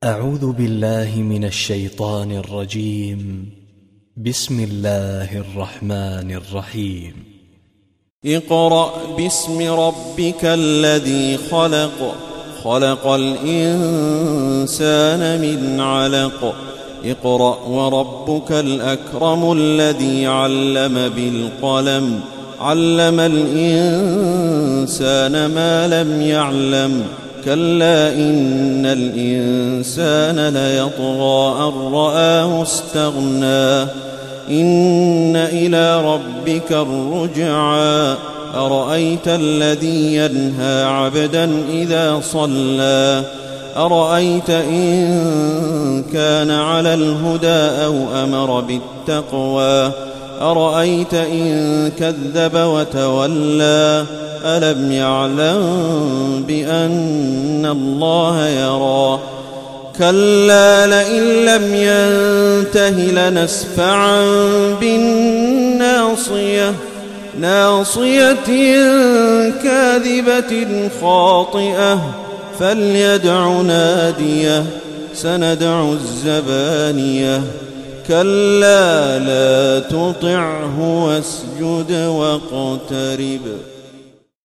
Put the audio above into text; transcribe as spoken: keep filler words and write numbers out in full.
أعوذ بالله من الشيطان الرجيم. بسم الله الرحمن الرحيم. اقرأ باسم ربك الذي خلق خلق الإنسان من علق اقرأ وربك الأكرم الذي علم بالقلم علم الإنسان ما لم يعلم كلا إن الإنسان ليطغى أن رآه استغنى إن إلى ربك الرجعى أرأيت الذي ينهى عبدا إذا صلى أرأيت إن كان على الهدى أو أمر بالتقوى أرأيت إن كذب وتولى ألم يعلم بأن الله يرى كلا لئن لم ينته لنسفعا بالناصية ناصية كاذبة خاطئة فليدع ناديه سندع الزبانية كلا لا تطعه واسجد واقترب.